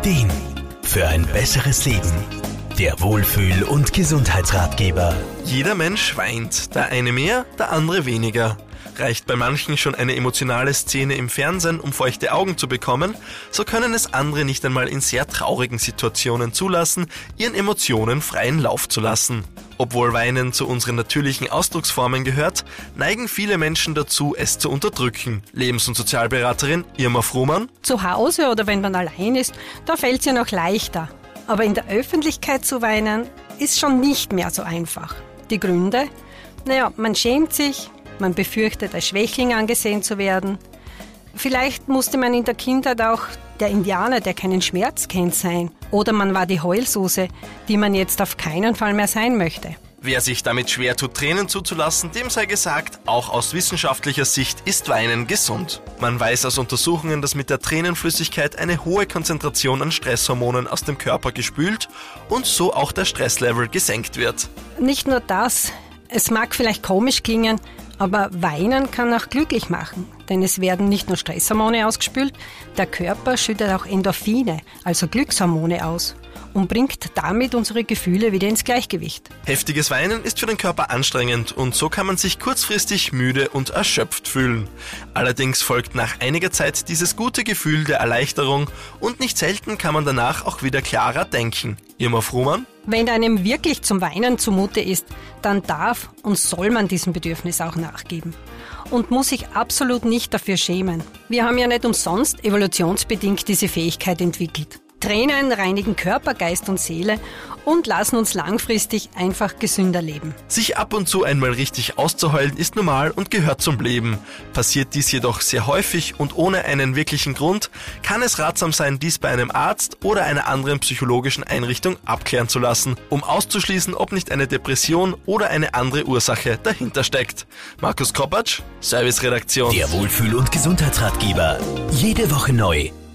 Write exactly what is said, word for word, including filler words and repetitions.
Ideen für ein besseres Leben. Der Wohlfühl- und Gesundheitsratgeber. Jeder Mensch weint, der eine mehr, der andere weniger. Reicht bei manchen schon eine emotionale Szene im Fernsehen, um feuchte Augen zu bekommen, so können es andere nicht einmal in sehr traurigen Situationen zulassen, ihren Emotionen freien Lauf zu lassen. Obwohl Weinen zu unseren natürlichen Ausdrucksformen gehört, neigen viele Menschen dazu, es zu unterdrücken. Lebens- und Sozialberaterin Irma Frumann: Zu Hause oder wenn man allein ist, da fällt es ja noch leichter. Aber in der Öffentlichkeit zu weinen, ist schon nicht mehr so einfach. Die Gründe? Naja, man schämt sich, man befürchtet, als Schwächling angesehen zu werden. Vielleicht musste man in der Kindheit auch der Indianer, der keinen Schmerz kennt, sein. Oder man war die Heulsuse, die man jetzt auf keinen Fall mehr sein möchte. Wer sich damit schwer tut, Tränen zuzulassen, dem sei gesagt, auch aus wissenschaftlicher Sicht ist Weinen gesund. Man weiß aus Untersuchungen, dass mit der Tränenflüssigkeit eine hohe Konzentration an Stresshormonen aus dem Körper gespült und so auch der Stresslevel gesenkt wird. Nicht nur das, es mag vielleicht komisch klingen, aber Weinen kann auch glücklich machen, denn es werden nicht nur Stresshormone ausgespült, der Körper schüttet auch Endorphine, also Glückshormone aus und bringt damit unsere Gefühle wieder ins Gleichgewicht. Heftiges Weinen ist für den Körper anstrengend und so kann man sich kurzfristig müde und erschöpft fühlen. Allerdings folgt nach einiger Zeit dieses gute Gefühl der Erleichterung und nicht selten kann man danach auch wieder klarer denken. Irma Frumann: Wenn einem wirklich zum Weinen zumute ist, dann darf und soll man diesem Bedürfnis auch nachgeben und muss sich absolut nicht dafür schämen. Wir haben ja nicht umsonst evolutionsbedingt diese Fähigkeit entwickelt. Tränen reinigen Körper, Geist und Seele und lassen uns langfristig einfach gesünder leben. Sich ab und zu einmal richtig auszuheulen ist normal und gehört zum Leben. Passiert dies jedoch sehr häufig und ohne einen wirklichen Grund, kann es ratsam sein, dies bei einem Arzt oder einer anderen psychologischen Einrichtung abklären zu lassen, um auszuschließen, ob nicht eine Depression oder eine andere Ursache dahinter steckt. Markus Kopacz, Serviceredaktion. Der Wohlfühl- und Gesundheitsratgeber. Jede Woche neu.